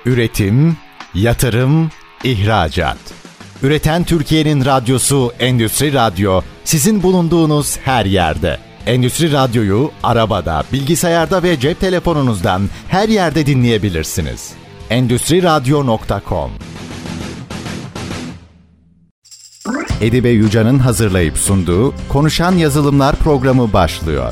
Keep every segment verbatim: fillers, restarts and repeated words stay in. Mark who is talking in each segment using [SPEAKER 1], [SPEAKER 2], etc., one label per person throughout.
[SPEAKER 1] Üretim, yatırım, ihracat. Üreten Türkiye'nin radyosu Endüstri Radyo, sizin bulunduğunuz her yerde. Endüstri Radyo'yu arabada, bilgisayarda ve cep telefonunuzdan her yerde dinleyebilirsiniz. endüstri radyo nokta com. Edibe Yuca'nın hazırlayıp sunduğu Konuşan Yazılımlar programı başlıyor.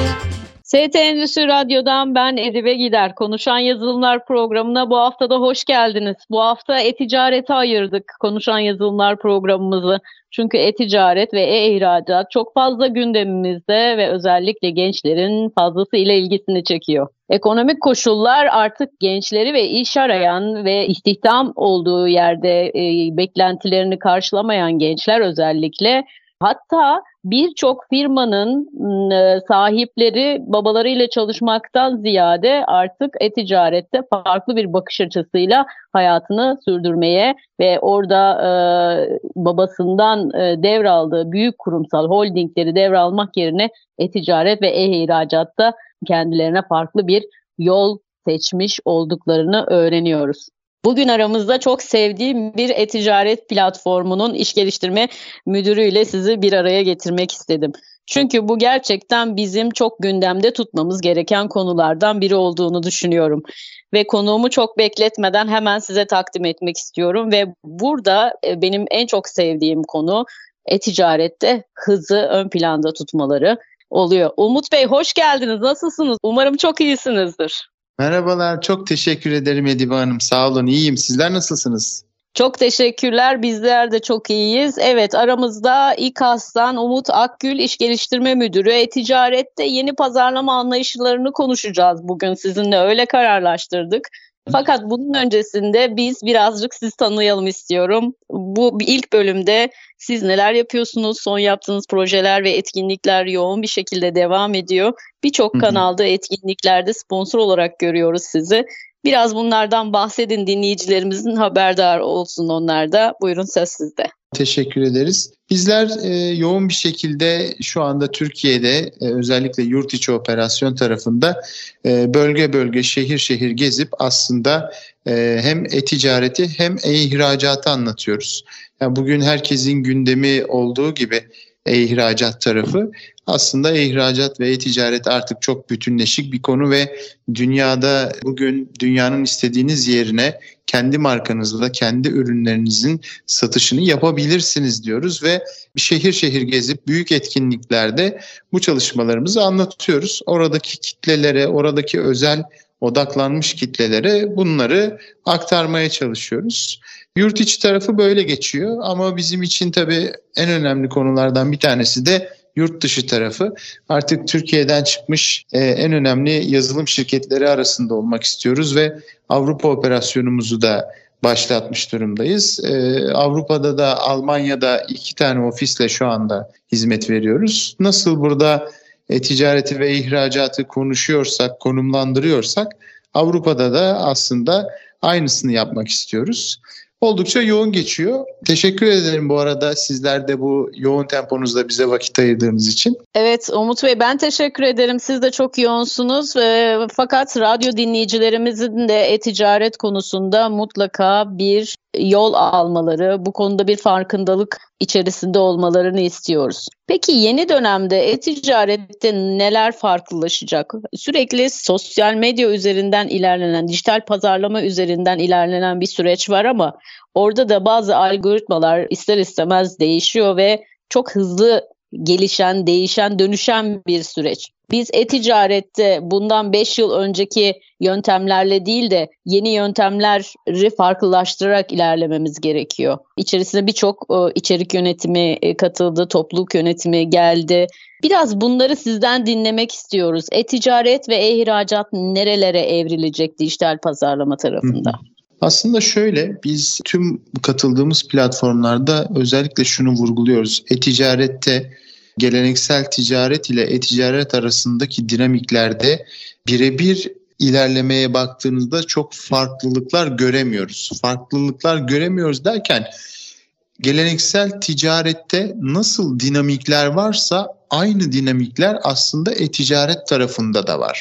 [SPEAKER 2] S T Endüstri Radyo'dan ben Edibe Gider. Konuşan Yazılımlar programına bu hafta da hoş geldiniz. Bu hafta e-ticarete ayırdık Konuşan Yazılımlar programımızı. Çünkü e-ticaret ve e-ihracat çok fazla gündemimizde ve özellikle gençlerin fazlasıyla ilgisini çekiyor. Ekonomik koşullar artık gençleri ve iş arayan ve istihdam olduğu yerde e, beklentilerini karşılamayan gençler özellikle, hatta birçok firmanın sahipleri babalarıyla çalışmaktan ziyade artık e-ticarette farklı bir bakış açısıyla hayatını sürdürmeye ve orada e, babasından e, devraldığı büyük kurumsal holdingleri devralmak yerine e-ticaret ve e-ihracatta kendilerine farklı bir yol seçmiş olduklarını öğreniyoruz. Bugün aramızda çok sevdiğim bir e-ticaret platformunun iş geliştirme müdürüyle sizi bir araya getirmek istedim. Çünkü bu gerçekten bizim çok gündemde tutmamız gereken konulardan biri olduğunu düşünüyorum. Ve konuğumu çok bekletmeden hemen size takdim etmek istiyorum. Ve burada benim en çok sevdiğim konu e-ticarette hızı ön planda tutmaları oluyor. Umut Bey, hoş geldiniz. Nasılsınız? Umarım çok iyisinizdir.
[SPEAKER 3] Merhabalar, çok teşekkür ederim Edibe Hanım. Sağ olun, iyiyim. Sizler nasılsınız?
[SPEAKER 2] Çok teşekkürler, bizler de çok iyiyiz. Evet, aramızda İKAS'tan Umut Akgül, İş Geliştirme Müdürü. E-ticarette yeni pazarlama anlayışlarını konuşacağız bugün sizinle, öyle kararlaştırdık. Fakat bunun öncesinde biz birazcık sizi tanıyalım istiyorum. Bu ilk bölümde siz neler yapıyorsunuz? Son yaptığınız projeler ve etkinlikler yoğun bir şekilde devam ediyor. Birçok kanalda, etkinliklerde sponsor olarak görüyoruz sizi. Biraz bunlardan bahsedin, dinleyicilerimizin haberdar olsun onlar da. Buyurun, söz sizde.
[SPEAKER 3] Teşekkür ederiz. Bizler e, yoğun bir şekilde şu anda Türkiye'de e, özellikle yurt içi operasyon tarafında e, bölge bölge, şehir şehir gezip aslında e, hem e-ticareti hem e-ihracatı anlatıyoruz. Yani bugün herkesin gündemi olduğu gibi e-ihracat tarafı, aslında e-ihracat ve e-ticaret artık çok bütünleşik bir konu ve dünyada bugün dünyanın istediğiniz yerine kendi markanızla, kendi ürünlerinizin satışını yapabilirsiniz diyoruz ve şehir şehir gezip büyük etkinliklerde bu çalışmalarımızı anlatıyoruz. Oradaki kitlelere, oradaki özel odaklanmış kitlelere bunları aktarmaya çalışıyoruz. Yurt içi tarafı böyle geçiyor ama bizim için tabii en önemli konulardan bir tanesi de yurt dışı tarafı. Artık Türkiye'den çıkmış e, en önemli yazılım şirketleri arasında olmak istiyoruz ve Avrupa operasyonumuzu da başlatmış durumdayız. E, Avrupa'da da Almanya'da iki tane ofisle şu anda hizmet veriyoruz. Nasıl burada e-ticareti ve ihracatı konuşuyorsak, konumlandırıyorsak Avrupa'da da aslında aynısını yapmak istiyoruz. Oldukça yoğun geçiyor. Teşekkür ederim bu arada sizler de bu yoğun temponuzda bize vakit ayırdığınız için.
[SPEAKER 2] Evet Umut Bey, ben teşekkür ederim. Siz de çok yoğunsunuz. E, fakat radyo dinleyicilerimizin de e-ticaret konusunda mutlaka bir yol almaları, bu konuda bir farkındalık içerisinde olmalarını istiyoruz. Peki yeni dönemde e-ticarette neler farklılaşacak? Sürekli sosyal medya üzerinden ilerlenen, dijital pazarlama üzerinden ilerlenen bir süreç var ama orada da bazı algoritmalar ister istemez değişiyor ve çok hızlı gelişen, değişen, dönüşen bir süreç. Biz e-ticarette bundan beş yıl önceki yöntemlerle değil de yeni yöntemleri farklılaştırarak ilerlememiz gerekiyor. İçerisine birçok içerik yönetimi katıldı, topluluk yönetimi geldi. Biraz bunları sizden dinlemek istiyoruz. E-ticaret ve e-ihracat nerelere evrilecek dijital pazarlama tarafında? Hı.
[SPEAKER 3] Aslında şöyle, biz tüm katıldığımız platformlarda özellikle şunu vurguluyoruz. E-ticarette geleneksel ticaret ile e-ticaret arasındaki dinamiklerde birebir ilerlemeye baktığınızda çok farklılıklar göremiyoruz. Farklılıklar göremiyoruz derken geleneksel ticarette nasıl dinamikler varsa aynı dinamikler aslında e-ticaret tarafında da var.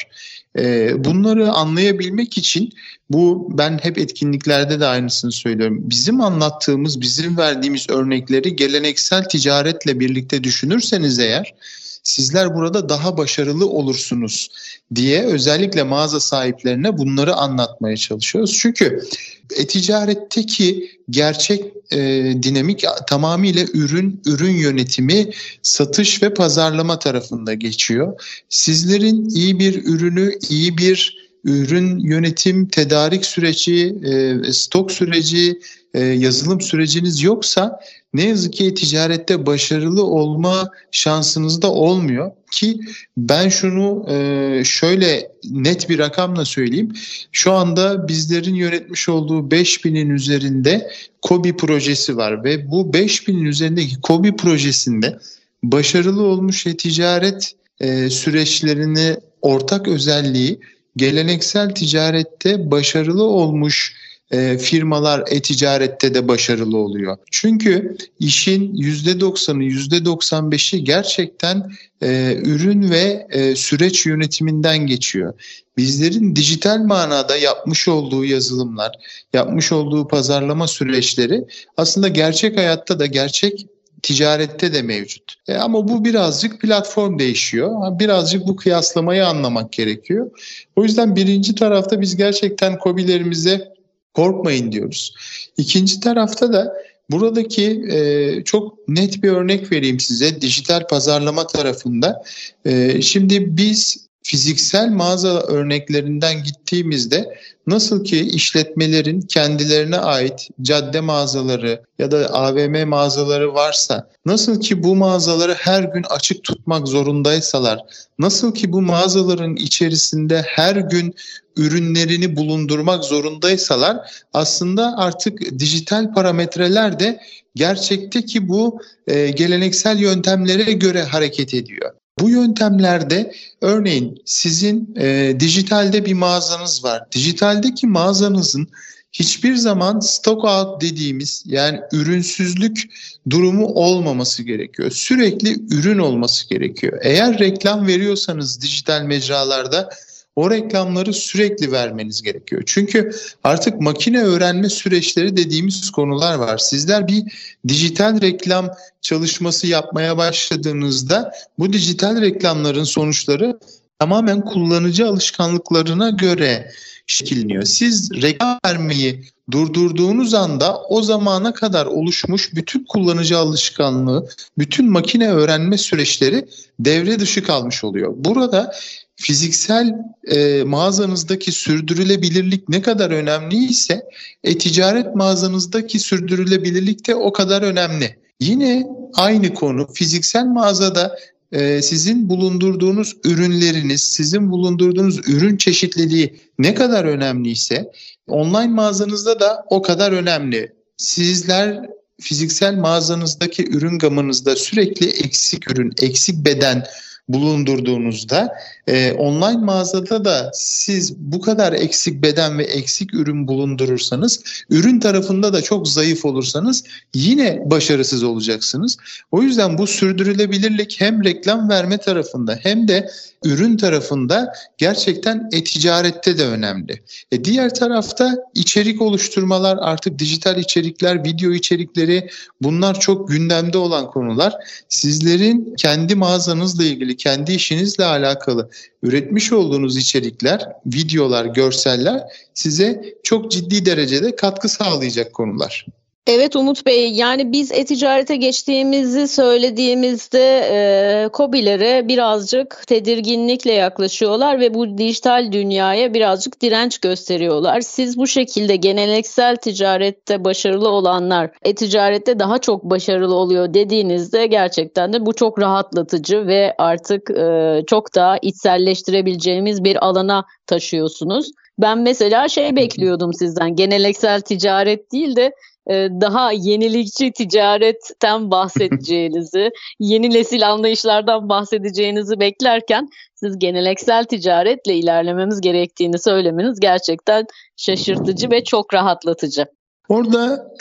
[SPEAKER 3] E, bunları anlayabilmek için bu, ben hep etkinliklerde de aynısını söylüyorum. Bizim anlattığımız, bizim verdiğimiz örnekleri geleneksel ticaretle birlikte düşünürseniz eğer, sizler burada daha başarılı olursunuz diye özellikle mağaza sahiplerine bunları anlatmaya çalışıyoruz. Çünkü e-ticaretteki gerçek e, dinamik tamamıyla ürün ürün yönetimi, satış ve pazarlama tarafında geçiyor. Sizlerin iyi bir ürünü, iyi bir ürün yönetim, tedarik süreci, e, stok süreci, e, yazılım süreciniz yoksa ne yazık ki ticarette başarılı olma şansınız da olmuyor. Ki ben şunu e, şöyle net bir rakamla söyleyeyim. Şu anda bizlerin yönetmiş olduğu beş binin üzerinde KOBİ projesi var ve bu beş binin üzerindeki KOBİ projesinde başarılı olmuş e-ticaret e, süreçlerini ortak özelliği, geleneksel ticarette başarılı olmuş e, firmalar e-ticarette de başarılı oluyor. Çünkü işin yüzde doksanı, yüzde doksan beşi gerçekten e, ürün ve e, süreç yönetiminden geçiyor. Bizlerin dijital manada yapmış olduğu yazılımlar, yapmış olduğu pazarlama süreçleri aslında gerçek hayatta da, gerçek ticarette de mevcut. E ama bu birazcık platform değişiyor. Birazcık bu kıyaslamayı anlamak gerekiyor. O yüzden birinci tarafta biz gerçekten KOBİ'lerimize korkmayın diyoruz. İkinci tarafta da buradaki e, çok net bir örnek vereyim size dijital pazarlama tarafında. E, şimdi biz fiziksel mağaza örneklerinden gittiğimizde nasıl ki işletmelerin kendilerine ait cadde mağazaları ya da A V M mağazaları varsa, nasıl ki bu mağazaları her gün açık tutmak zorundaysalar, nasıl ki bu mağazaların içerisinde her gün ürünlerini bulundurmak zorundaysalar, aslında artık dijital parametreler de gerçekteki bu e, geleneksel yöntemlere göre hareket ediyor. Bu yöntemlerde örneğin sizin e, dijitalde bir mağazanız var. Dijitaldeki mağazanızın hiçbir zaman stock out dediğimiz, yani ürünsüzlük durumu olmaması gerekiyor. Sürekli ürün olması gerekiyor. Eğer reklam veriyorsanız dijital mecralarda o reklamları sürekli vermeniz gerekiyor. Çünkü artık makine öğrenme süreçleri dediğimiz konular var. Sizler bir dijital reklam çalışması yapmaya başladığınızda bu dijital reklamların sonuçları tamamen kullanıcı alışkanlıklarına göre şekilleniyor. Siz reklam vermeyi durdurduğunuz anda o zamana kadar oluşmuş bütün kullanıcı alışkanlığı, bütün makine öğrenme süreçleri devre dışı kalmış oluyor. Burada fiziksel e, mağazanızdaki sürdürülebilirlik ne kadar önemliyse e-ticaret mağazanızdaki sürdürülebilirlik de o kadar önemli. Yine aynı konu fiziksel mağazada e, sizin bulundurduğunuz ürünleriniz, sizin bulundurduğunuz ürün çeşitliliği ne kadar önemliyse online mağazanızda da o kadar önemli. Sizler fiziksel mağazanızdaki ürün gamınızda sürekli eksik ürün, eksik beden bulundurduğunuzda e, online mağazada da siz bu kadar eksik beden ve eksik ürün bulundurursanız, ürün tarafında da çok zayıf olursanız yine başarısız olacaksınız. O yüzden bu sürdürülebilirlik hem reklam verme tarafında hem de ürün tarafında gerçekten e-ticarette de önemli. E diğer tarafta içerik oluşturmalar, artık dijital içerikler, video içerikleri, bunlar çok gündemde olan konular. Sizlerin kendi mağazanızla ilgili, kendi işinizle alakalı üretmiş olduğunuz içerikler, videolar, görseller size çok ciddi derecede katkı sağlayacak konular.
[SPEAKER 2] Evet Umut Bey, yani biz e-ticarete geçtiğimizi söylediğimizde e, KOBİ'lere birazcık tedirginlikle yaklaşıyorlar ve bu dijital dünyaya birazcık direnç gösteriyorlar. Siz bu şekilde geleneksel ticarette başarılı olanlar e-ticarette daha çok başarılı oluyor dediğinizde gerçekten de bu çok rahatlatıcı ve artık e, çok daha içselleştirebileceğimiz bir alana taşıyorsunuz. Ben mesela şey bekliyordum sizden, geleneksel ticaret değil de daha yenilikçi ticaretten bahsedeceğinizi, yeni nesil anlayışlardan bahsedeceğinizi beklerken siz geleneksel ticaretle ilerlememiz gerektiğini söylemeniz gerçekten şaşırtıcı ve çok rahatlatıcı.
[SPEAKER 3] Orada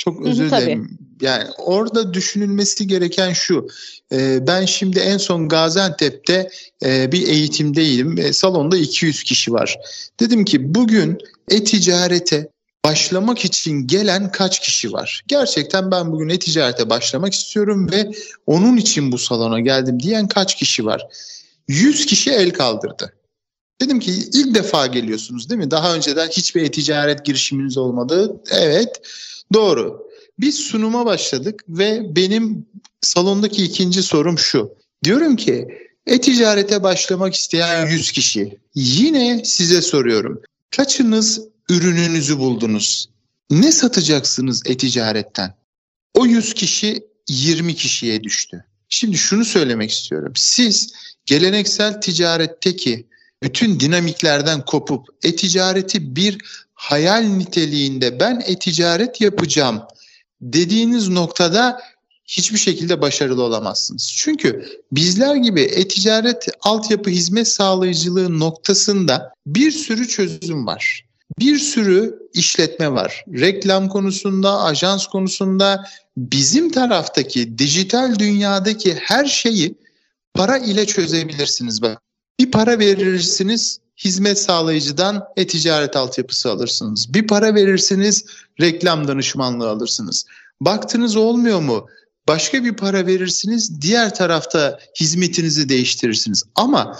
[SPEAKER 3] Çok özür dilerim. Yani orada düşünülmesi gereken şu. E, ben şimdi en son Gaziantep'te e, bir eğitimdeydim. E, salonda iki yüz kişi var. Dedim ki bugün e-ticarete başlamak için gelen kaç kişi var? Gerçekten ben bugün e-ticarete başlamak istiyorum ve onun için bu salona geldim diyen kaç kişi var? yüz kişi el kaldırdı. Dedim ki ilk defa geliyorsunuz değil mi? Daha önceden hiçbir e-ticaret girişiminiz olmadı. Evet, doğru. Biz sunuma başladık ve benim salondaki ikinci sorum şu. Diyorum ki e-ticarete başlamak isteyen yüz kişi. Yine size soruyorum. Kaçınız ürününüzü buldunuz? Ne satacaksınız e-ticaretten? O yüz kişi yirmi kişiye düştü. Şimdi şunu söylemek istiyorum. Siz geleneksel ticaretteki bütün dinamiklerden kopup e-ticareti bir hayal niteliğinde ben e-ticaret yapacağım dediğiniz noktada hiçbir şekilde başarılı olamazsınız. Çünkü bizler gibi e-ticaret altyapı hizmet sağlayıcılığı noktasında bir sürü çözüm var. Bir sürü işletme var. Reklam konusunda, ajans konusunda, bizim taraftaki dijital dünyadaki her şeyi para ile çözebilirsiniz. Bak, bir para verirsiniz, hizmet sağlayıcıdan e-ticaret altyapısı alırsınız. Bir para verirsiniz, reklam danışmanlığı alırsınız. Baktınız olmuyor mu? Başka bir para verirsiniz, diğer tarafta hizmetinizi değiştirirsiniz. Ama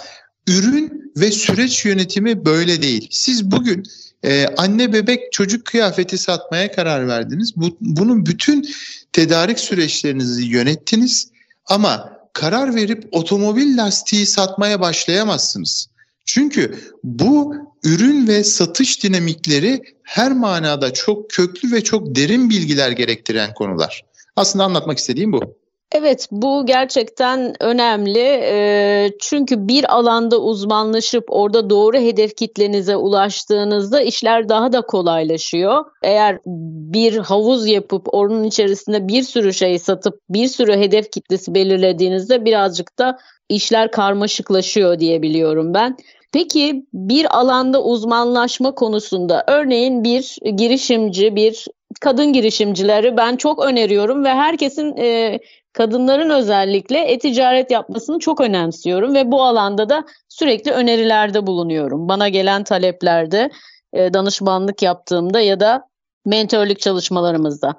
[SPEAKER 3] ürün ve süreç yönetimi böyle değil. Siz bugün e, anne bebek çocuk kıyafeti satmaya karar verdiniz. Bu, bunun bütün tedarik süreçlerinizi yönettiniz ama karar verip otomobil lastiği satmaya başlayamazsınız. Çünkü bu ürün ve satış dinamikleri her manada çok köklü ve çok derin bilgiler gerektiren konular. Aslında anlatmak istediğim bu.
[SPEAKER 2] Evet, bu gerçekten önemli. E, çünkü bir alanda uzmanlaşıp orada doğru hedef kitlenize ulaştığınızda işler daha da kolaylaşıyor. Eğer bir havuz yapıp onun içerisinde bir sürü şey satıp bir sürü hedef kitlesi belirlediğinizde birazcık da işler karmaşıklaşıyor diyebiliyorum ben. Peki bir alanda uzmanlaşma konusunda örneğin bir girişimci, bir kadın girişimcileri ben çok öneriyorum ve herkesin e, kadınların özellikle e-ticaret yapmasını çok önemsiyorum ve bu alanda da sürekli önerilerde bulunuyorum. Bana gelen taleplerde, e, danışmanlık yaptığımda ya da mentörlük çalışmalarımızda.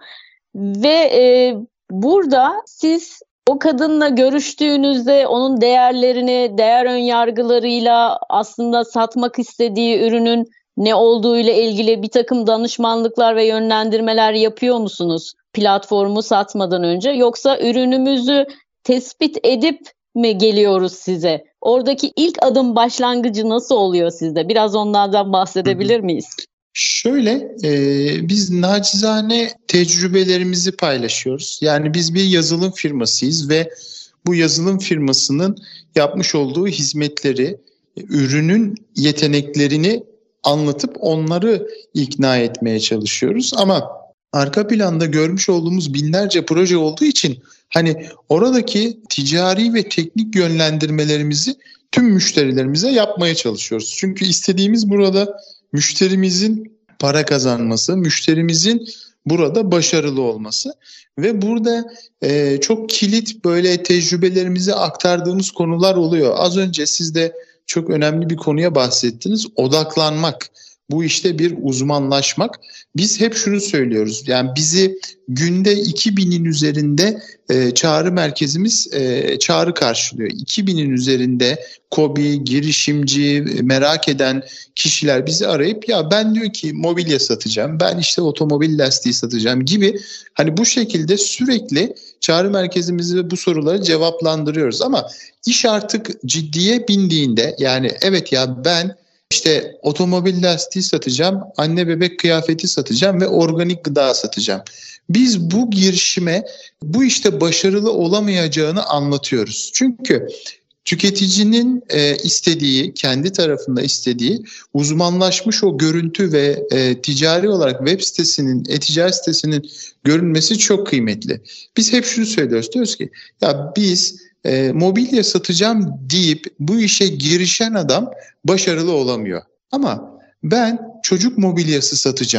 [SPEAKER 2] Ve e, burada siz o kadınla görüştüğünüzde onun değerlerini, değer önyargılarıyla aslında satmak istediği ürünün ne olduğuyla ilgili bir takım danışmanlıklar ve yönlendirmeler yapıyor musunuz platformu satmadan önce? Yoksa ürünümüzü tespit edip mi geliyoruz size? Oradaki ilk adım başlangıcı nasıl oluyor sizde? Biraz onlardan bahsedebilir miyiz?
[SPEAKER 3] Şöyle, e, biz nacizane tecrübelerimizi paylaşıyoruz. Yani biz bir yazılım firmasıyız ve bu yazılım firmasının yapmış olduğu hizmetleri, ürünün yeteneklerini anlatıp onları ikna etmeye çalışıyoruz. Ama arka planda görmüş olduğumuz binlerce proje olduğu için hani oradaki ticari ve teknik yönlendirmelerimizi tüm müşterilerimize yapmaya çalışıyoruz. Çünkü istediğimiz burada müşterimizin para kazanması, müşterimizin burada başarılı olması ve burada e, çok kilit böyle tecrübelerimizi aktardığımız konular oluyor. Az önce siz de çok önemli bir konuya bahsettiniz. Odaklanmak. Bu işte bir uzmanlaşmak. Biz hep şunu söylüyoruz. Yani bizi günde iki binin üzerinde e, çağrı merkezimiz e, çağrı karşılıyor. iki binin üzerinde KOBİ, girişimci, merak eden kişiler bizi arayıp ya ben diyor ki mobilya satacağım, ben işte otomobil lastiği satacağım gibi hani bu şekilde sürekli çağrı merkezimizi bu soruları cevaplandırıyoruz. Ama iş artık ciddiye bindiğinde yani evet ya ben İşte otomobil lastiği satacağım, anne bebek kıyafeti satacağım ve organik gıda satacağım. Biz bu girişime bu işte başarılı olamayacağını anlatıyoruz. Çünkü tüketicinin e, istediği, kendi tarafında istediği uzmanlaşmış o görüntü ve e, ticari olarak web sitesinin, e-ticaret sitesinin görünmesi çok kıymetli. Biz hep şunu söylüyoruz, diyoruz ki ya biz E, mobilya satacağım deyip bu işe girişen adam başarılı olamıyor. Ama ben çocuk mobilyası satacağım,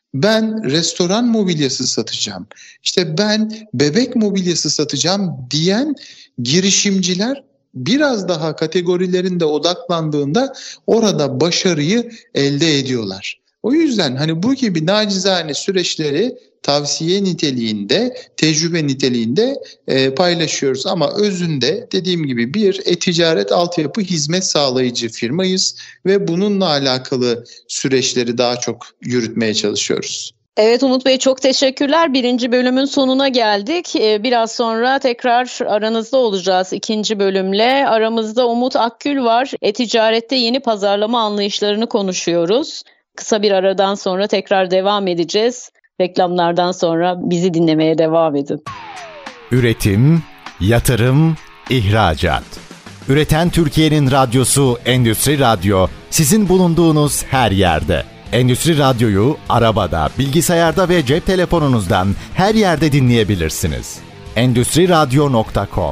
[SPEAKER 3] ben restoran mobilyası satacağım, işte ben bebek mobilyası satacağım diyen girişimciler biraz daha kategorilerinde odaklandığında orada başarıyı elde ediyorlar. O yüzden hani bu gibi nacizane süreçleri tavsiye niteliğinde, tecrübe niteliğinde e, paylaşıyoruz. Ama özünde dediğim gibi bir e-ticaret altyapı hizmet sağlayıcı firmayız ve bununla alakalı süreçleri daha çok yürütmeye çalışıyoruz.
[SPEAKER 2] Evet Umut Bey, çok teşekkürler. Birinci bölümün sonuna geldik. Biraz sonra tekrar aranızda olacağız ikinci bölümle. Aramızda Umut Akgül var. E-ticarette yeni pazarlama anlayışlarını konuşuyoruz. Kısa bir aradan sonra tekrar devam edeceğiz. Reklamlardan sonra bizi dinlemeye devam edin.
[SPEAKER 1] Üretim, yatırım, ihracat. Üreten Türkiye'nin radyosu Endüstri Radyo, sizin bulunduğunuz her yerde. Endüstri Radyo'yu arabada, bilgisayarda ve cep telefonunuzdan her yerde dinleyebilirsiniz. endüstri radyo nokta com.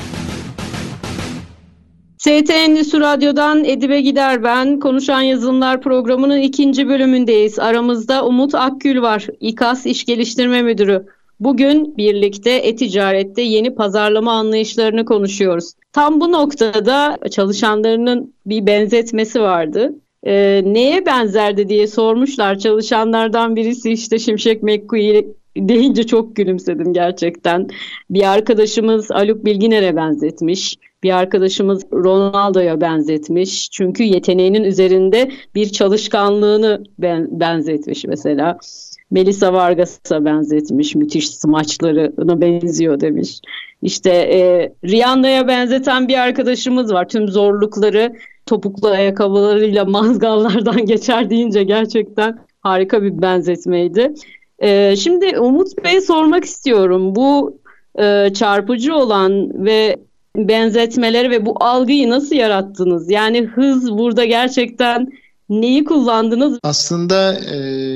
[SPEAKER 2] S T Endüstri Radyo'dan Edibe Gider ben. Konuşan Yazılımlar programının ikinci bölümündeyiz. Aramızda Umut Akgül var, İKAS İş Geliştirme Müdürü. Bugün birlikte e-ticarette yeni pazarlama anlayışlarını konuşuyoruz. Tam bu noktada çalışanlarının bir benzetmesi vardı. Ee, neye benzerdi diye sormuşlar. Çalışanlardan birisi işte Şimşek McQueen deyince çok gülümsedim gerçekten. Bir arkadaşımız Haluk Bilginer'e benzetmiş. Bir arkadaşımız Ronaldo'ya benzetmiş. Çünkü yeteneğinin üzerinde bir çalışkanlığını ben, benzetmiş mesela. Melissa Vargas'a benzetmiş. Müthiş smaçlarına benziyor demiş. İşte e, Rihanna'ya benzeten bir arkadaşımız var. Tüm zorlukları topuklu ayakkabılarıyla mazgallardan geçer deyince gerçekten harika bir benzetmeydi. E, şimdi Umut Bey'e sormak istiyorum. Bu e, çarpıcı olan ve benzetmeleri ve bu algıyı nasıl yarattınız? Yani hız burada gerçekten neyi kullandınız?
[SPEAKER 3] Aslında e,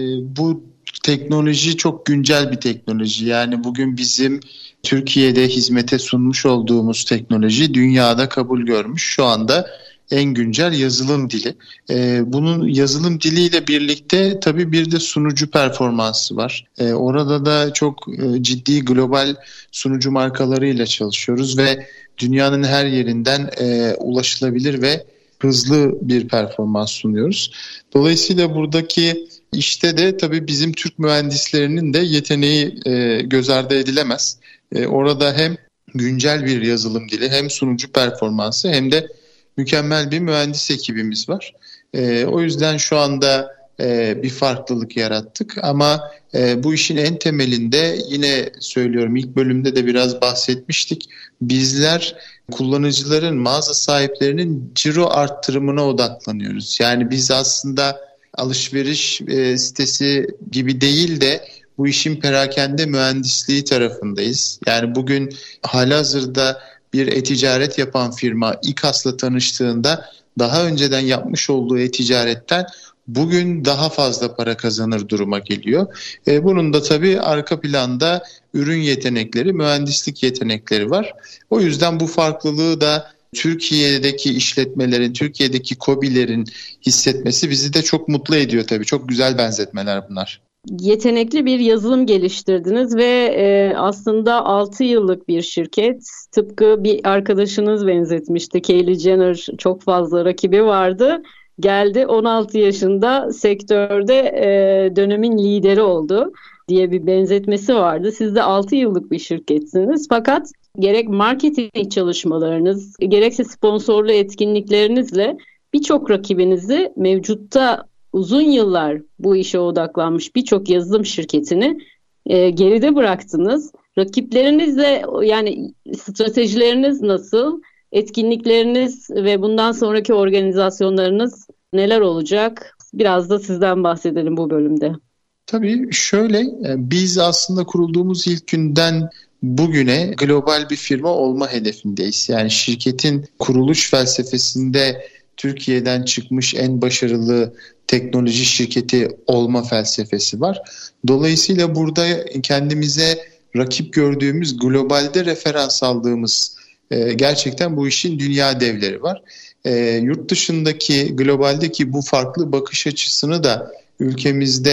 [SPEAKER 3] bu teknoloji çok güncel bir teknoloji. Yani bugün bizim Türkiye'de hizmete sunmuş olduğumuz teknoloji dünyada kabul görmüş. Şu anda en güncel yazılım dili. Ee, bunun yazılım diliyle birlikte tabii bir de sunucu performansı var. Ee, orada da çok e, ciddi global sunucu markalarıyla çalışıyoruz ve dünyanın her yerinden e, ulaşılabilir ve hızlı bir performans sunuyoruz. Dolayısıyla buradaki işte de tabii bizim Türk mühendislerinin de yeteneği e, göz ardı edilemez. E, orada hem güncel bir yazılım dili, hem sunucu performansı, hem de mükemmel bir mühendis ekibimiz var. E, o yüzden şu anda e, bir farklılık yarattık ama e, bu işin en temelinde, yine söylüyorum, ilk bölümde de biraz bahsetmiştik. Bizler kullanıcıların, mağaza sahiplerinin ciro arttırımına odaklanıyoruz. Yani biz aslında alışveriş e, sitesi gibi değil de bu işin perakende mühendisliği tarafındayız. Yani bugün halihazırda bir e-ticaret yapan firma İKAS'la tanıştığında daha önceden yapmış olduğu e-ticaretten bugün daha fazla para kazanır duruma geliyor. E, bunun da tabii arka planda ürün yetenekleri, mühendislik yetenekleri var. O yüzden bu farklılığı da Türkiye'deki işletmelerin, Türkiye'deki KOBİ'lerin hissetmesi bizi de çok mutlu ediyor tabii. Çok güzel benzetmeler bunlar.
[SPEAKER 2] Yetenekli bir yazılım geliştirdiniz ve e, aslında altı yıllık bir şirket. Tıpkı bir arkadaşınız benzetmişti. Kylie Jenner, çok fazla rakibi vardı. Geldi on altı yaşında sektörde e, dönemin lideri oldu diye bir benzetmesi vardı. Siz de altı yıllık bir şirketsiniz. Fakat gerek marketing çalışmalarınız, gerekse sponsorlu etkinliklerinizle birçok rakibinizi, mevcutta uzun yıllar bu işe odaklanmış birçok yazılım şirketini e, geride bıraktınız. Rakiplerinizle, yani stratejileriniz nasıl? Etkinlikleriniz ve bundan sonraki organizasyonlarınız neler olacak? Biraz da sizden bahsedelim bu bölümde.
[SPEAKER 3] Tabii şöyle, biz aslında kurulduğumuz ilk günden bugüne global bir firma olma hedefindeyiz. Yani şirketin kuruluş felsefesinde Türkiye'den çıkmış en başarılı teknoloji şirketi olma felsefesi var. Dolayısıyla burada kendimize rakip gördüğümüz, globalde referans aldığımız e, gerçekten bu işin dünya devleri var. E, yurt dışındaki, globaldeki bu farklı bakış açısını da ülkemizde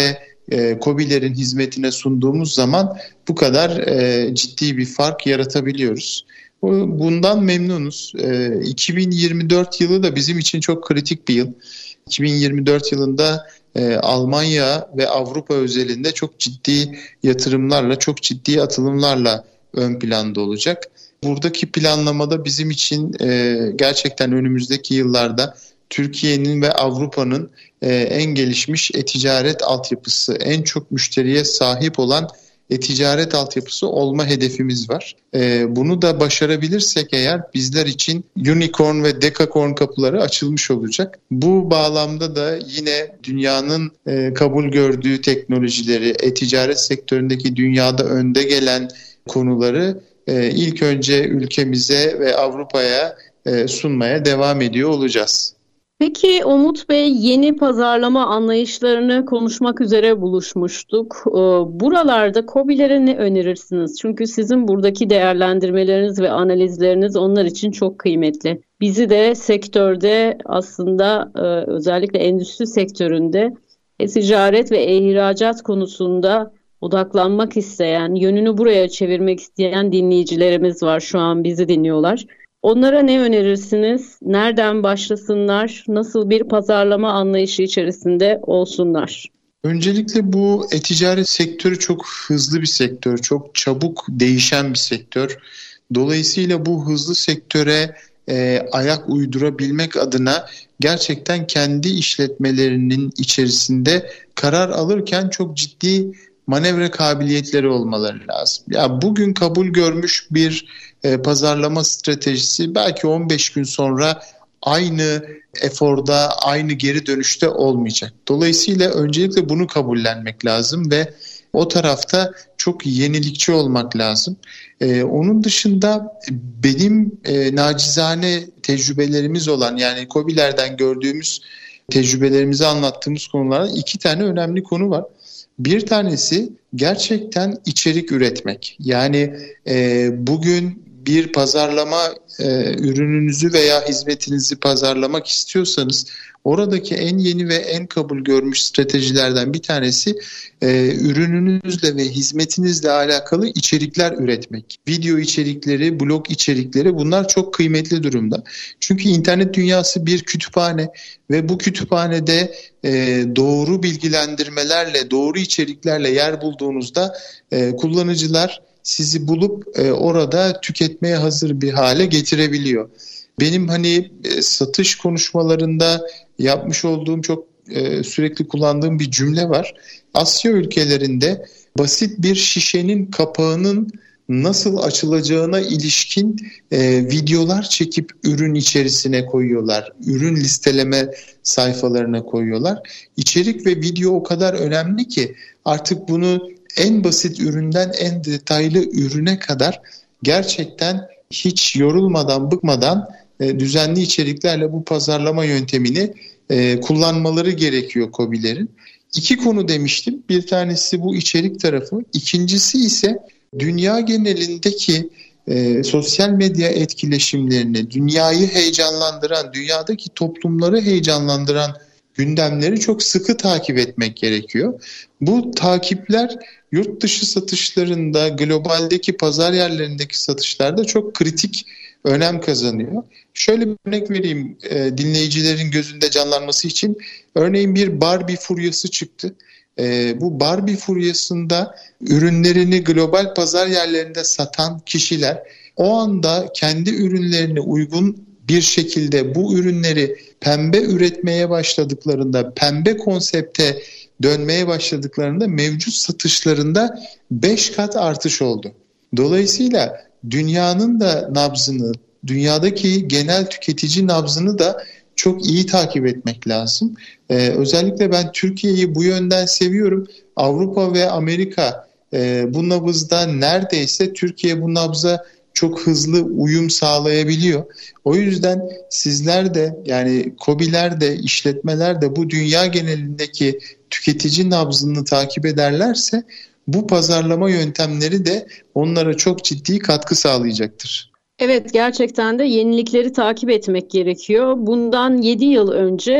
[SPEAKER 3] e, KOBİ'lerin hizmetine sunduğumuz zaman bu kadar e, ciddi bir fark yaratabiliyoruz. Bundan memnunuz. E, iki bin yirmi dört yılı da bizim için çok kritik bir yıl. iki bin yirmi dört yılında e, Almanya ve Avrupa özelinde çok ciddi yatırımlarla, çok ciddi atılımlarla ön planda olacak. Buradaki planlamada bizim için e, gerçekten önümüzdeki yıllarda Türkiye'nin ve Avrupa'nın e, en gelişmiş e-ticaret altyapısı, en çok müşteriye sahip olan e-ticaret altyapısı olma hedefimiz var. E, bunu da başarabilirsek eğer bizler için unicorn ve decacorn kapıları açılmış olacak. Bu bağlamda da yine dünyanın e, kabul gördüğü teknolojileri, e-ticaret sektöründeki dünyada önde gelen konuları e, ilk önce ülkemize ve Avrupa'ya e, sunmaya devam ediyor olacağız.
[SPEAKER 2] Peki Umut Bey, yeni pazarlama anlayışlarını konuşmak üzere buluşmuştuk. Buralarda KOBİ'lere ne önerirsiniz? Çünkü sizin buradaki değerlendirmeleriniz ve analizleriniz onlar için çok kıymetli. Bizi de sektörde aslında özellikle endüstri sektöründe e-ticaret ve e-ihracat konusunda odaklanmak isteyen, yönünü buraya çevirmek isteyen dinleyicilerimiz var. Şu an bizi dinliyorlar. Onlara ne önerirsiniz? Nereden başlasınlar? Nasıl bir pazarlama anlayışı içerisinde olsunlar?
[SPEAKER 3] Öncelikle bu e-ticaret sektörü çok hızlı bir sektör, çok çabuk değişen bir sektör. Dolayısıyla bu hızlı sektöre e, ayak uydurabilmek adına gerçekten kendi işletmelerinin içerisinde karar alırken çok ciddi manevra kabiliyetleri olmaları lazım. Ya bugün kabul görmüş bir e, pazarlama stratejisi belki on beş gün sonra aynı eforda, aynı geri dönüşte olmayacak. Dolayısıyla öncelikle bunu kabullenmek lazım ve o tarafta çok yenilikçi olmak lazım. Ee, onun dışında benim e, nacizane tecrübelerimiz olan, yani KOBİ'lerden gördüğümüz tecrübelerimizi anlattığımız konulardan iki tane önemli konu var. Bir tanesi gerçekten içerik üretmek. Yani e, bugün bir pazarlama e, ürününüzü veya hizmetinizi pazarlamak istiyorsanız oradaki en yeni ve en kabul görmüş stratejilerden bir tanesi e, ürününüzle ve hizmetinizle alakalı içerikler üretmek. Video içerikleri, blog içerikleri, bunlar çok kıymetli durumda. Çünkü internet dünyası bir kütüphane ve bu kütüphanede e, doğru bilgilendirmelerle, doğru içeriklerle yer bulduğunuzda e, kullanıcılar sizi bulup e, orada tüketmeye hazır bir hale getirebiliyor. Benim hani e, satış konuşmalarında yapmış olduğum, çok e, sürekli kullandığım bir cümle var. Asya ülkelerinde basit bir şişenin kapağının nasıl açılacağına ilişkin e, videolar çekip ürün içerisine koyuyorlar. Ürün listeleme sayfalarına koyuyorlar. İçerik ve video o kadar önemli ki artık bunu en basit üründen en detaylı ürüne kadar gerçekten hiç yorulmadan, bıkmadan e, düzenli içeriklerle bu pazarlama yöntemini e, kullanmaları gerekiyor KOBİ'lerin. İki konu demiştim. Bir tanesi bu içerik tarafı. İkincisi ise dünya genelindeki e, sosyal medya etkileşimlerini, dünyayı heyecanlandıran, dünyadaki toplumları heyecanlandıran gündemleri çok sıkı takip etmek gerekiyor. Bu takipler yurt dışı satışlarında, globaldeki pazar yerlerindeki satışlarda çok kritik önem kazanıyor. Şöyle bir örnek vereyim e, dinleyicilerin gözünde canlanması için. Örneğin bir Barbie furyası çıktı. E, bu Barbie furyasında ürünlerini global pazar yerlerinde satan kişiler o anda kendi ürünlerine uygun bir şekilde bu ürünleri pembe üretmeye başladıklarında, pembe konsepte dönmeye başladıklarında mevcut satışlarında beş kat artış oldu. Dolayısıyla dünyanın da nabzını, dünyadaki genel tüketici nabzını da çok iyi takip etmek lazım. Ee, özellikle ben Türkiye'yi bu yönden seviyorum. Avrupa ve Amerika e, bu nabızda neredeyse Türkiye bu nabza çok hızlı uyum sağlayabiliyor. O yüzden sizler de, yani KOBİ'ler de, işletmeler de bu dünya genelindeki tüketici nabzını takip ederlerse bu pazarlama yöntemleri de onlara çok ciddi katkı sağlayacaktır.
[SPEAKER 2] Evet, gerçekten de yenilikleri takip etmek gerekiyor. Bundan yedi yıl önce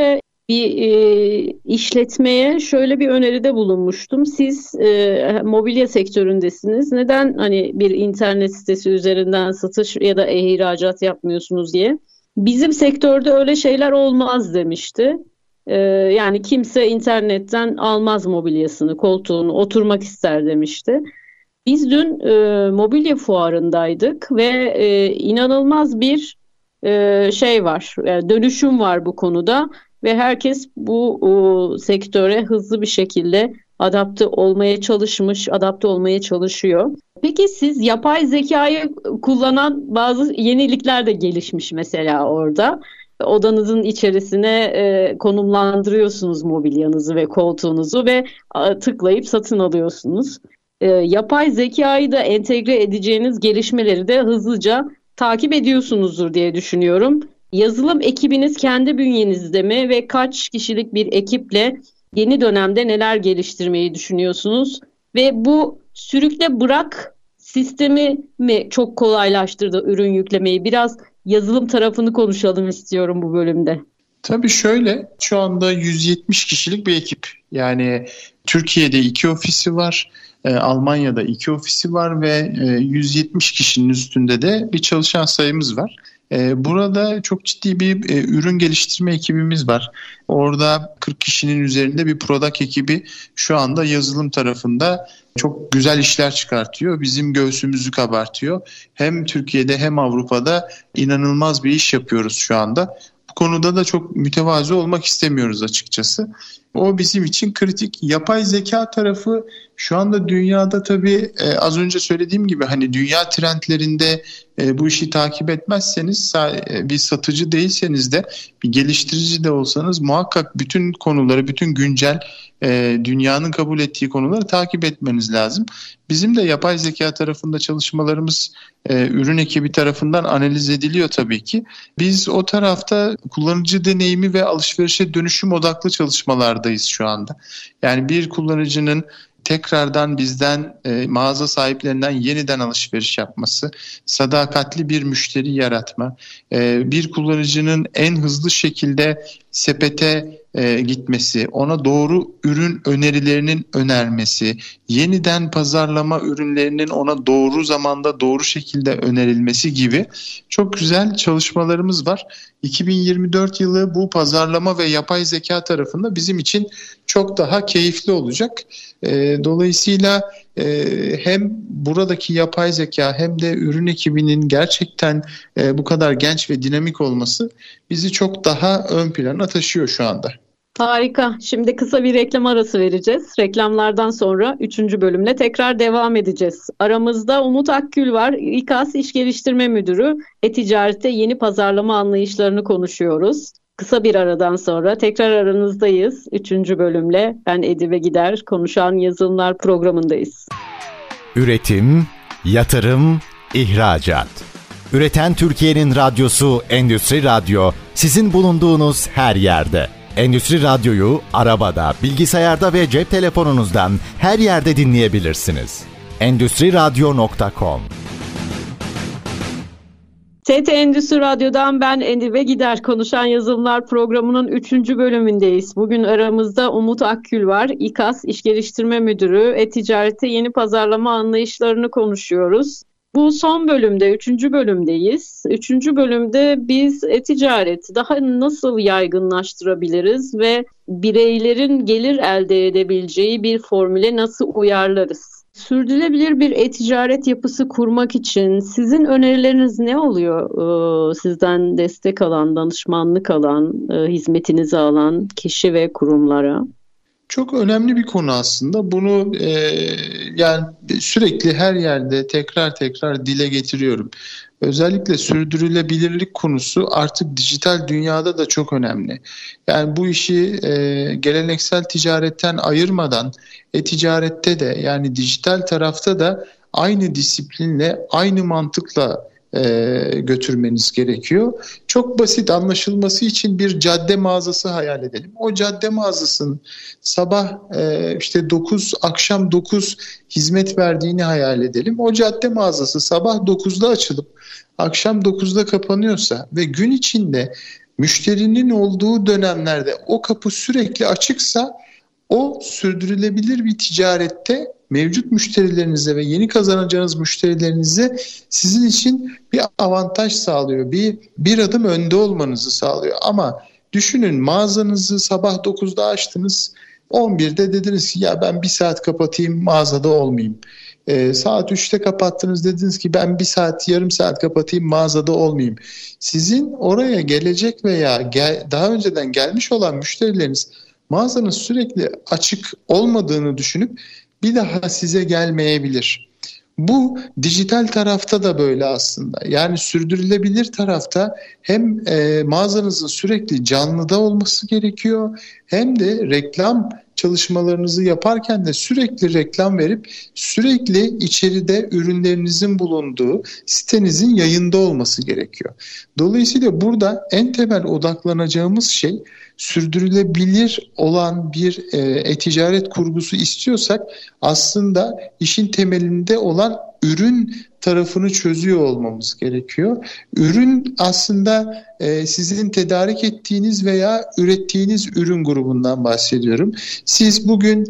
[SPEAKER 2] bir e, işletmeye şöyle bir öneride bulunmuştum. Siz e, mobilya sektöründesiniz. Neden hani bir internet sitesi üzerinden satış ya da ihracat yapmıyorsunuz diye. Bizim sektörde öyle şeyler olmaz demişti. E, yani kimse internetten almaz mobilyasını, koltuğunu, oturmak ister demişti. Biz dün e, mobilya fuarındaydık ve e, inanılmaz bir e, şey var, yani dönüşüm var bu konuda. Ve herkes bu o, sektöre hızlı bir şekilde adapte olmaya çalışmış, adapte olmaya çalışıyor. Peki siz yapay zekayı kullanan bazı yenilikler de gelişmiş mesela orada. Odanızın içerisine e, konumlandırıyorsunuz mobilyanızı ve koltuğunuzu ve a, tıklayıp satın alıyorsunuz. E, yapay zekayı da entegre edeceğiniz gelişmeleri de hızlıca takip ediyorsunuzdur diye düşünüyorum. Yazılım ekibiniz kendi bünyenizde mi ve kaç kişilik bir ekiple yeni dönemde neler geliştirmeyi düşünüyorsunuz? Ve bu sürükle bırak sistemi mi çok kolaylaştırdı ürün yüklemeyi? Biraz yazılım tarafını konuşalım istiyorum bu bölümde.
[SPEAKER 3] Tabii şöyle, şu anda yüz yetmiş kişilik bir ekip. Yani Türkiye'de iki ofisi var, e, Almanya'da iki ofisi var ve e, yüz yetmiş kişinin üstünde de bir çalışan sayımız var. Burada çok ciddi bir ürün geliştirme ekibimiz var. Orada kırk kişinin üzerinde bir product ekibi şu anda yazılım tarafında çok güzel işler çıkartıyor. Bizim göğsümüzü kabartıyor. Hem Türkiye'de hem Avrupa'da inanılmaz bir iş yapıyoruz şu anda. Bu konuda da çok mütevazı olmak istemiyoruz açıkçası. O bizim için kritik. Yapay zeka tarafı şu anda dünyada tabii e, az önce söylediğim gibi hani dünya trendlerinde e, bu işi takip etmezseniz, e, bir satıcı değilseniz de bir geliştirici de olsanız muhakkak bütün konuları, bütün güncel e, dünyanın kabul ettiği konuları takip etmeniz lazım. Bizim de yapay zeka tarafında çalışmalarımız e, ürün ekibi tarafından analiz ediliyor tabii ki. Biz o tarafta kullanıcı deneyimi ve alışverişe dönüşüm odaklı çalışmalardayız şu anda. Yani bir kullanıcının tekrardan bizden, e, mağaza sahiplerinden yeniden alışveriş yapması, sadakatli bir müşteri yaratma, e, bir kullanıcının en hızlı şekilde sepete e, gitmesi, ona doğru ürün önerilerinin önermesi, yeniden pazarlama ürünlerinin ona doğru zamanda doğru şekilde önerilmesi gibi çok güzel çalışmalarımız var. iki bin yirmi dört yılı bu pazarlama ve yapay zeka tarafında bizim için çok daha keyifli olacak. E, dolayısıyla e, hem buradaki yapay zeka hem de ürün ekibinin gerçekten e, bu kadar genç ve dinamik olması bizi çok daha ön plana taşıyor şu anda.
[SPEAKER 2] Harika. Şimdi kısa bir reklam arası vereceğiz. Reklamlardan sonra üçüncü bölümle tekrar devam edeceğiz. Aramızda Umut Akgül var. İKAS İş Geliştirme Müdürü. E-ticarette yeni pazarlama anlayışlarını konuşuyoruz. Kısa bir aradan sonra tekrar aranızdayız. Üçüncü bölümle ben Edibe Gider, Konuşan Yazılımlar programındayız.
[SPEAKER 1] Üretim, yatırım, ihracat. Üreten Türkiye'nin radyosu Endüstri Radyo, sizin bulunduğunuz her yerde. Endüstri Radyo'yu arabada, bilgisayarda ve cep telefonunuzdan her yerde dinleyebilirsiniz. endüstri radyo nokta com.
[SPEAKER 2] S T Endüstri Radyo'dan ben Edibe Gider, Konuşan Yazılımlar programının üçüncü bölümündeyiz. Bugün aramızda Umut Akgül var. İKAS İş Geliştirme Müdürü. E-ticarette yeni pazarlama anlayışlarını konuşuyoruz. Bu son bölümde, üçüncü bölümdeyiz. Üçüncü bölümde biz e-ticareti daha nasıl yaygınlaştırabiliriz ve bireylerin gelir elde edebileceği bir formüle nasıl uyarlarız? Sürdürülebilir bir e-ticaret yapısı kurmak için sizin önerileriniz ne oluyor? Ee, sizden destek alan, danışmanlık alan, e, hizmetinizi alan kişi ve kurumlara.
[SPEAKER 3] Çok önemli bir konu aslında. Bunu e, yani sürekli her yerde tekrar tekrar dile getiriyorum. Özellikle sürdürülebilirlik konusu artık dijital dünyada da çok önemli. Yani bu işi e, geleneksel ticaretten ayırmadan e-ticarette de yani dijital tarafta da aynı disiplinle, aynı mantıkla E, götürmeniz gerekiyor. Çok basit anlaşılması için bir cadde mağazası hayal edelim. O cadde mağazasının sabah e, işte dokuz, akşam dokuz hizmet verdiğini hayal edelim. O cadde mağazası sabah dokuzda açılıp akşam dokuzda kapanıyorsa ve gün içinde Müşterinin olduğu dönemlerde o kapı sürekli açıksa o sürdürülebilir bir ticarette mevcut müşterilerinize ve yeni kazanacağınız müşterilerinize sizin için bir avantaj sağlıyor. Bir, bir adım önde olmanızı sağlıyor. Ama düşünün, mağazanızı sabah dokuzda açtınız, on birde dediniz ki ya ben bir saat kapatayım, mağazada olmayayım. E, saat üçte kapattınız, dediniz ki ben bir saat yarım saat kapatayım, mağazada olmayayım. Sizin oraya gelecek veya gel, daha önceden gelmiş olan müşterileriniz mağazanın sürekli açık olmadığını düşünüp bir daha size gelmeyebilir. Bu dijital tarafta da böyle aslında. Yani sürdürülebilir tarafta hem e, mağazanızın sürekli canlıda olması gerekiyor, hem de reklam çalışmalarınızı yaparken de sürekli reklam verip sürekli içeride ürünlerinizin bulunduğu sitenizin yayında olması gerekiyor. Dolayısıyla burada en temel odaklanacağımız şey, sürdürülebilir olan bir e, e-ticaret kurgusu istiyorsak aslında işin temelinde olan ürün tarafını çözüyor olmamız gerekiyor. Ürün aslında e, sizin tedarik ettiğiniz veya ürettiğiniz ürün grubundan bahsediyorum. Siz bugün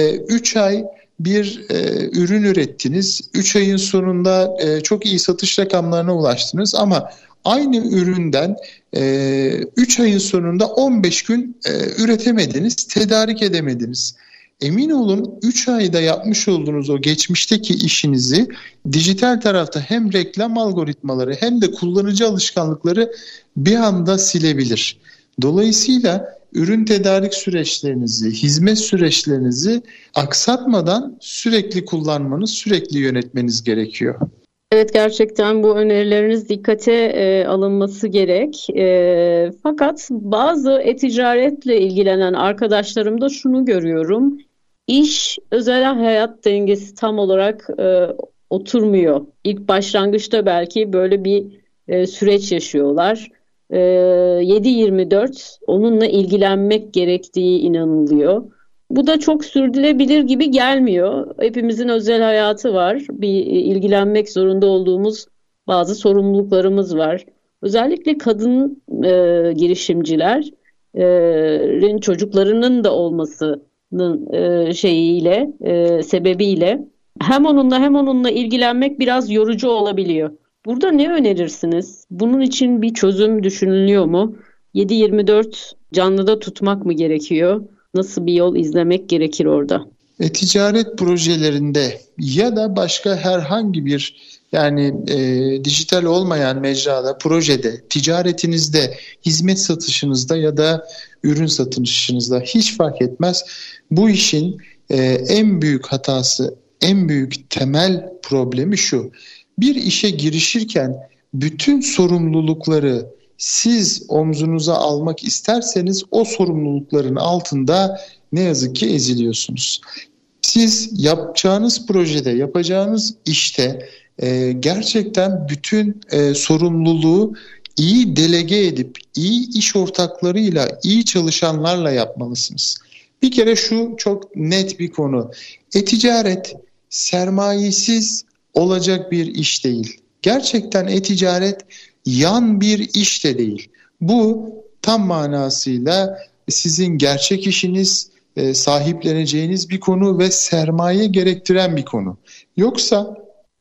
[SPEAKER 3] üç e, ay bir e, ürün ürettiniz. üç ayın sonunda e, çok iyi satış rakamlarına ulaştınız ama aynı üründen üç e, ayın sonunda on beş gün e, üretemediniz, tedarik edemediniz. Emin olun üç ayda yapmış olduğunuz o geçmişteki işinizi dijital tarafta hem reklam algoritmaları hem de kullanıcı alışkanlıkları bir anda silebilir. Dolayısıyla ürün tedarik süreçlerinizi, hizmet süreçlerinizi aksatmadan sürekli kullanmanız, sürekli yönetmeniz gerekiyor.
[SPEAKER 2] Evet, gerçekten bu önerileriniz dikkate e, alınması gerek. E, fakat bazı e-ticaretle ilgilenen arkadaşlarımda şunu görüyorum. İş özel hayat dengesi tam olarak e, oturmuyor. İlk başlangıçta belki böyle bir e, süreç yaşıyorlar. E, yedi yirmi dört onunla ilgilenmek gerektiği inanılıyor. Bu da çok sürdürülebilir gibi gelmiyor. Hepimizin özel hayatı var. Bir ilgilenmek zorunda olduğumuz bazı sorumluluklarımız var. Özellikle kadın e, girişimcilerin e, çocuklarının da olmasının e, şeyiyle, e, sebebiyle hem onunla hem onunla ilgilenmek biraz yorucu olabiliyor. Burada ne önerirsiniz? Bunun için bir çözüm düşünülüyor mu? yedi yirmi dört canlıda tutmak mı gerekiyor? Nasıl bir yol izlemek gerekir orada?
[SPEAKER 3] E-ticaret projelerinde ya da başka herhangi bir yani e, dijital olmayan mecrada, projede, ticaretinizde, hizmet satışınızda ya da ürün satışınızda hiç fark etmez. Bu işin e, en büyük hatası, en büyük temel problemi şu: bir işe girişirken bütün sorumlulukları siz omzunuza almak isterseniz o sorumlulukların altında ne yazık ki eziliyorsunuz. Siz yapacağınız projede, yapacağınız işte e, gerçekten bütün e, sorumluluğu iyi delege edip, iyi iş ortaklarıyla, iyi çalışanlarla yapmalısınız. Bir kere şu çok net bir konu: e-ticaret sermayesiz olacak bir iş değil. Gerçekten e-ticaret yan bir iş de değil. Bu tam manasıyla sizin gerçek işiniz, sahipleneceğiniz bir konu ve sermaye gerektiren bir konu. Yoksa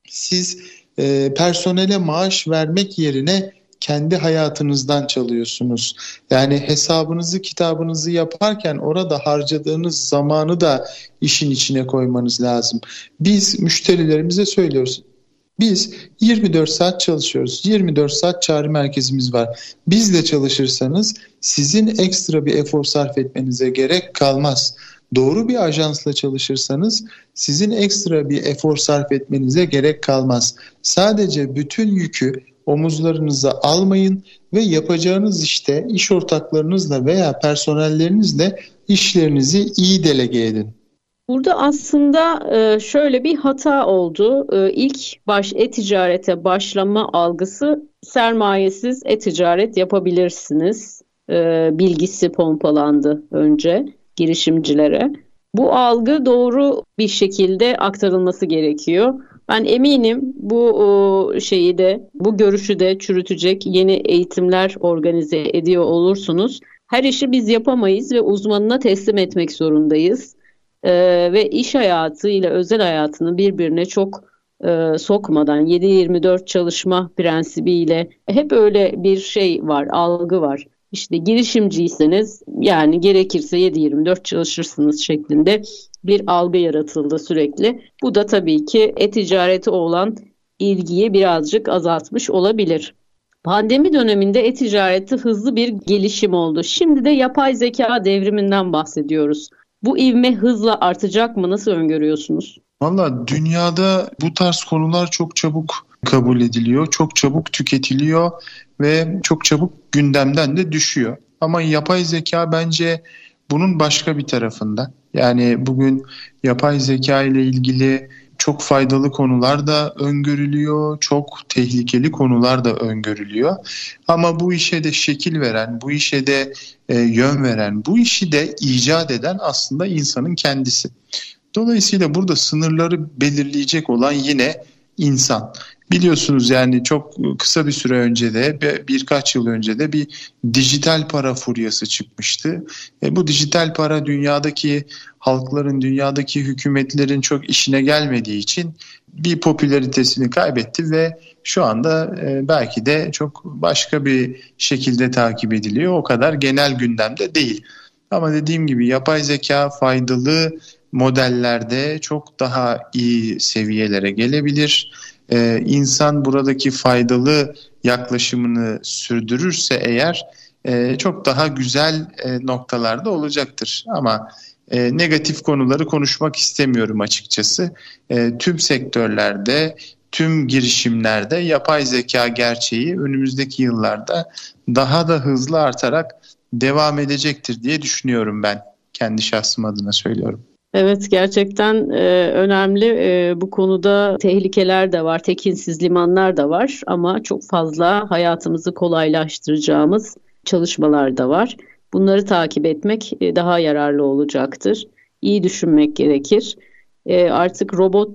[SPEAKER 3] siz personele maaş vermek yerine kendi hayatınızdan çalıyorsunuz. Yani hesabınızı, kitabınızı yaparken orada harcadığınız zamanı da işin içine koymanız lazım. Biz müşterilerimize söylüyoruz: biz yirmi dört saat çalışıyoruz. yirmi dört saat çağrı merkezimiz var. Bizle çalışırsanız sizin ekstra bir efor sarf etmenize gerek kalmaz. Doğru bir ajansla çalışırsanız sizin ekstra bir efor sarf etmenize gerek kalmaz. Sadece bütün yükü omuzlarınıza almayın ve yapacağınız işte iş ortaklarınızla veya personellerinizle işlerinizi iyi delege edin.
[SPEAKER 2] Burada aslında şöyle bir hata oldu. İlk baş e-ticarete başlama algısı, sermayesiz e-ticaret yapabilirsiniz bilgisi pompalandı önce girişimcilere. Bu algı doğru bir şekilde aktarılması gerekiyor. Ben eminim bu şeyi de, bu görüşü de çürütecek yeni eğitimler organize ediyor olursunuz. Her işi biz yapamayız ve uzmanına teslim etmek zorundayız. Ee, ve iş hayatı ile özel hayatını birbirine çok e, sokmadan yedi yirmi dört çalışma prensibiyle hep öyle bir şey var, algı var. İşte girişimciyseniz yani gerekirse yedi yirmi dört çalışırsınız şeklinde bir algı yaratıldı sürekli. Bu da tabii ki e-ticarete olan ilgiyi birazcık azaltmış olabilir. Pandemi döneminde e-ticarette hızlı bir gelişim oldu. Şimdi de yapay zeka devriminden bahsediyoruz. Bu ivme hızla artacak mı? Nasıl öngörüyorsunuz?
[SPEAKER 3] Valla dünyada bu tarz konular çok çabuk kabul ediliyor, çok çabuk tüketiliyor ve çok çabuk gündemden de düşüyor. Ama yapay zeka bence bunun başka bir tarafında. Yani bugün yapay zeka ile ilgili çok faydalı konular da öngörülüyor, çok tehlikeli konular da öngörülüyor. Ama bu işe de şekil veren, bu işe de e, yön veren, bu işi de icat eden aslında insanın kendisi. Dolayısıyla burada sınırları belirleyecek olan yine insan. Biliyorsunuz yani çok kısa bir süre önce de birkaç yıl önce de bir dijital para furyası çıkmıştı. E bu dijital para dünyadaki halkların, dünyadaki hükümetlerin çok işine gelmediği için bir popülaritesini kaybetti ve şu anda e, belki de çok başka bir şekilde takip ediliyor. O kadar genel gündemde değil. Ama dediğim gibi yapay zeka faydalı modellerde çok daha iyi seviyelere gelebilir. Ee, insan buradaki faydalı yaklaşımını sürdürürse eğer e, çok daha güzel e, noktalarda olacaktır. Ama e, negatif konuları konuşmak istemiyorum açıkçası. E, tüm sektörlerde, tüm girişimlerde yapay zeka gerçeği önümüzdeki yıllarda daha da hızlı artarak devam edecektir diye düşünüyorum ben. Kendi şahsım adına söylüyorum.
[SPEAKER 2] Evet, gerçekten e, önemli. E, bu konuda tehlikeler de var, tekinsiz limanlar da var ama çok fazla hayatımızı kolaylaştıracağımız çalışmalar da var. Bunları takip etmek e, daha yararlı olacaktır. İyi düşünmek gerekir. E, artık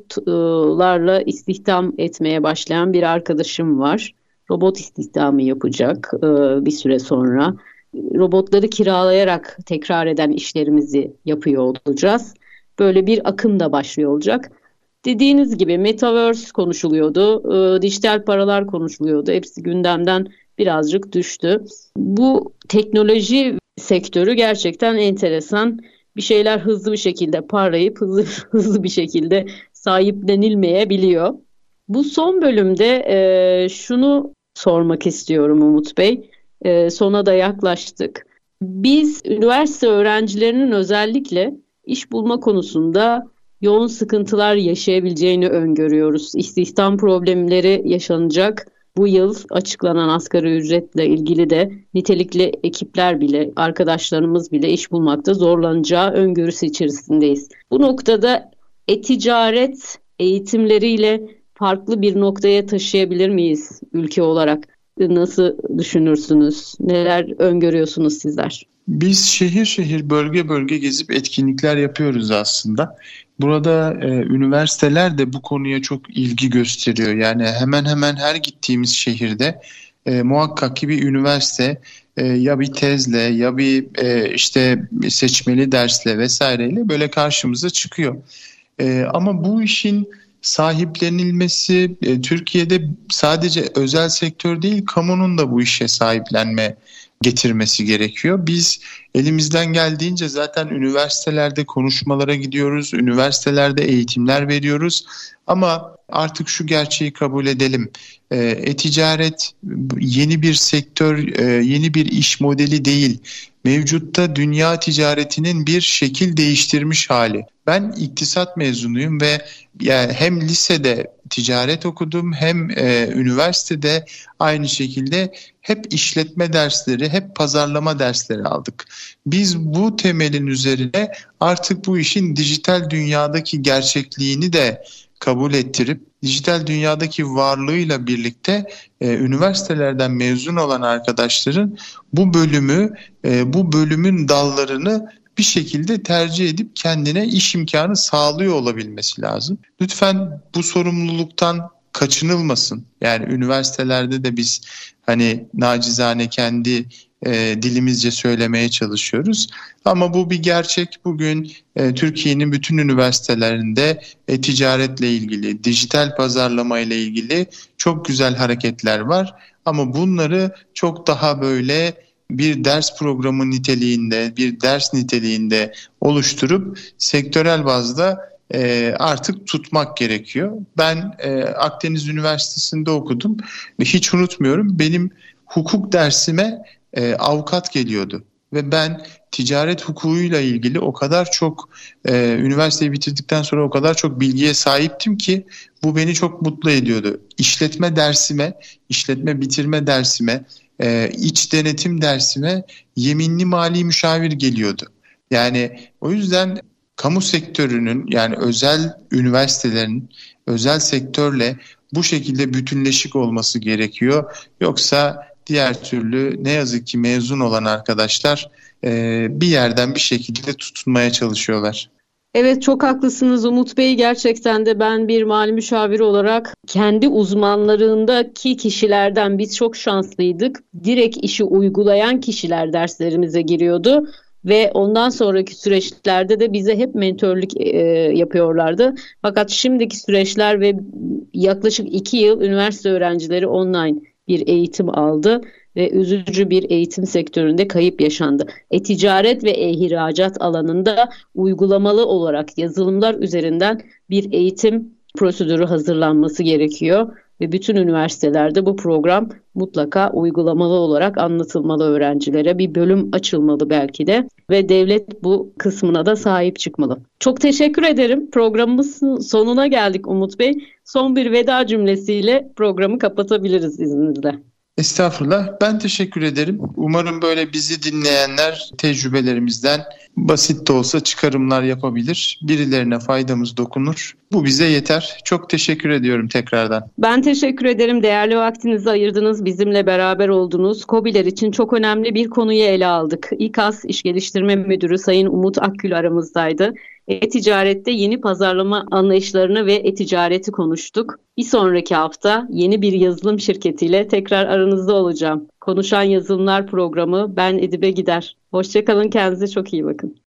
[SPEAKER 2] robotlarla istihdam etmeye başlayan bir arkadaşım var. Robot istihdamı yapacak e, bir süre sonra. Robotları kiralayarak tekrar eden işlerimizi yapıyor olacağız. Böyle bir akım da başlıyor olacak. Dediğiniz gibi Metaverse konuşuluyordu, e, dijital paralar konuşuluyordu. Hepsi gündemden birazcık düştü. Bu teknoloji sektörü gerçekten enteresan. Bir şeyler hızlı bir şekilde parlayıp hızlı hızlı bir şekilde sahiplenilmeyebiliyor. Bu son bölümde e, şunu sormak istiyorum Umut Bey. E, sona da yaklaştık. Biz üniversite öğrencilerinin özellikle iş bulma konusunda yoğun sıkıntılar yaşayabileceğini öngörüyoruz. İstihdam problemleri yaşanacak. Bu yıl açıklanan asgari ücretle ilgili de nitelikli ekipler bile, arkadaşlarımız bile iş bulmakta zorlanacağı öngörüsü içerisindeyiz. Bu noktada e-ticaret eğitimleriyle farklı bir noktaya taşıyabilir miyiz ülke olarak? Nasıl düşünürsünüz? Neler öngörüyorsunuz sizler?
[SPEAKER 3] Biz şehir şehir, bölge bölge gezip etkinlikler yapıyoruz aslında. Burada e, üniversiteler de bu konuya çok ilgi gösteriyor. Yani hemen hemen her gittiğimiz şehirde e, muhakkak ki bir üniversite e, ya bir tezle ya bir e, işte seçmeli dersle vesaireyle böyle karşımıza çıkıyor. E, ama bu işin sahiplenilmesi e, Türkiye'de sadece özel sektör değil, kamunun da bu işe sahiplenme getirmesi gerekiyor. Biz elimizden geldiğince zaten üniversitelerde konuşmalara gidiyoruz, üniversitelerde eğitimler veriyoruz ama artık şu gerçeği kabul edelim. E-ticaret yeni bir sektör, yeni bir iş modeli değil. Mevcutta dünya ticaretinin bir şekil değiştirmiş hali. Ben iktisat mezunuyum ve yani hem lisede ticaret okudum hem e, üniversitede aynı şekilde hep işletme dersleri, hep pazarlama dersleri aldık. Biz bu temelin üzerine artık bu işin dijital dünyadaki gerçekliğini de kabul ettirip dijital dünyadaki varlığıyla birlikte e, üniversitelerden mezun olan arkadaşların bu bölümü, e, bu bölümün dallarını bir şekilde tercih edip kendine iş imkanı sağlıyor olabilmesi lazım. Lütfen bu sorumluluktan kaçınılmasın. Yani üniversitelerde de biz hani nacizane kendi e, dilimizce söylemeye çalışıyoruz. Ama bu bir gerçek. Bugün e, Türkiye'nin bütün üniversitelerinde e, ticaretle ilgili, dijital pazarlama ile ilgili çok güzel hareketler var. Ama bunları çok daha böyle bir ders programı niteliğinde, bir ders niteliğinde oluşturup sektörel bazda e, artık tutmak gerekiyor. Ben e, Akdeniz Üniversitesi'nde okudum ve hiç unutmuyorum, benim hukuk dersime e, avukat geliyordu. Ve ben ticaret hukukuyla ilgili o kadar çok e, üniversiteyi bitirdikten sonra o kadar çok bilgiye sahiptim ki bu beni çok mutlu ediyordu. İşletme dersime, işletme bitirme dersime, e, iç denetim dersime yeminli mali müşavir geliyordu. Yani o yüzden kamu sektörünün, yani özel üniversitelerin özel sektörle bu şekilde bütünleşik olması gerekiyor. Yoksa diğer türlü ne yazık ki mezun olan arkadaşlar e, bir yerden bir şekilde tutunmaya çalışıyorlar.
[SPEAKER 2] Evet, çok haklısınız Umut Bey. Gerçekten de ben bir mali müşavir olarak kendi uzmanlarındaki kişilerden biz çok şanslıydık. Direkt işi uygulayan kişiler derslerimize giriyordu. Ve ondan sonraki süreçlerde de bize hep mentörlük e, yapıyorlardı. Fakat şimdiki süreçler ve yaklaşık iki yıl üniversite öğrencileri online bir eğitim aldı ve üzücü bir eğitim sektöründe kayıp yaşandı. E-ticaret ve e-ihracat alanında uygulamalı olarak yazılımlar üzerinden bir eğitim prosedürü hazırlanması gerekiyor. Ve bütün üniversitelerde bu program mutlaka uygulamalı olarak anlatılmalı öğrencilere. Bir bölüm açılmalı belki de ve devlet bu kısmına da sahip çıkmalı. Çok teşekkür ederim. Programımızın sonuna geldik Umut Bey. Son bir veda cümlesiyle programı kapatabiliriz izninizle.
[SPEAKER 3] Estağfurullah. Ben teşekkür ederim. Umarım böyle bizi dinleyenler tecrübelerimizden basit de olsa çıkarımlar yapabilir. Birilerine faydamız dokunur. Bu bize yeter. Çok teşekkür ediyorum tekrardan.
[SPEAKER 2] Ben teşekkür ederim. Değerli vaktinizi ayırdınız. Bizimle beraber oldunuz. KOBİ'ler için çok önemli bir konuyu ele aldık. İKAS İş Geliştirme Müdürü Sayın Umut Akgül aramızdaydı. E-ticarette yeni pazarlama anlayışlarını ve e-ticareti konuştuk. Bir sonraki hafta yeni bir yazılım şirketiyle tekrar aranızda olacağım. Konuşan Yazılımlar programı, ben Edibe Gider. Hoşça kalın, kendinize çok iyi bakın.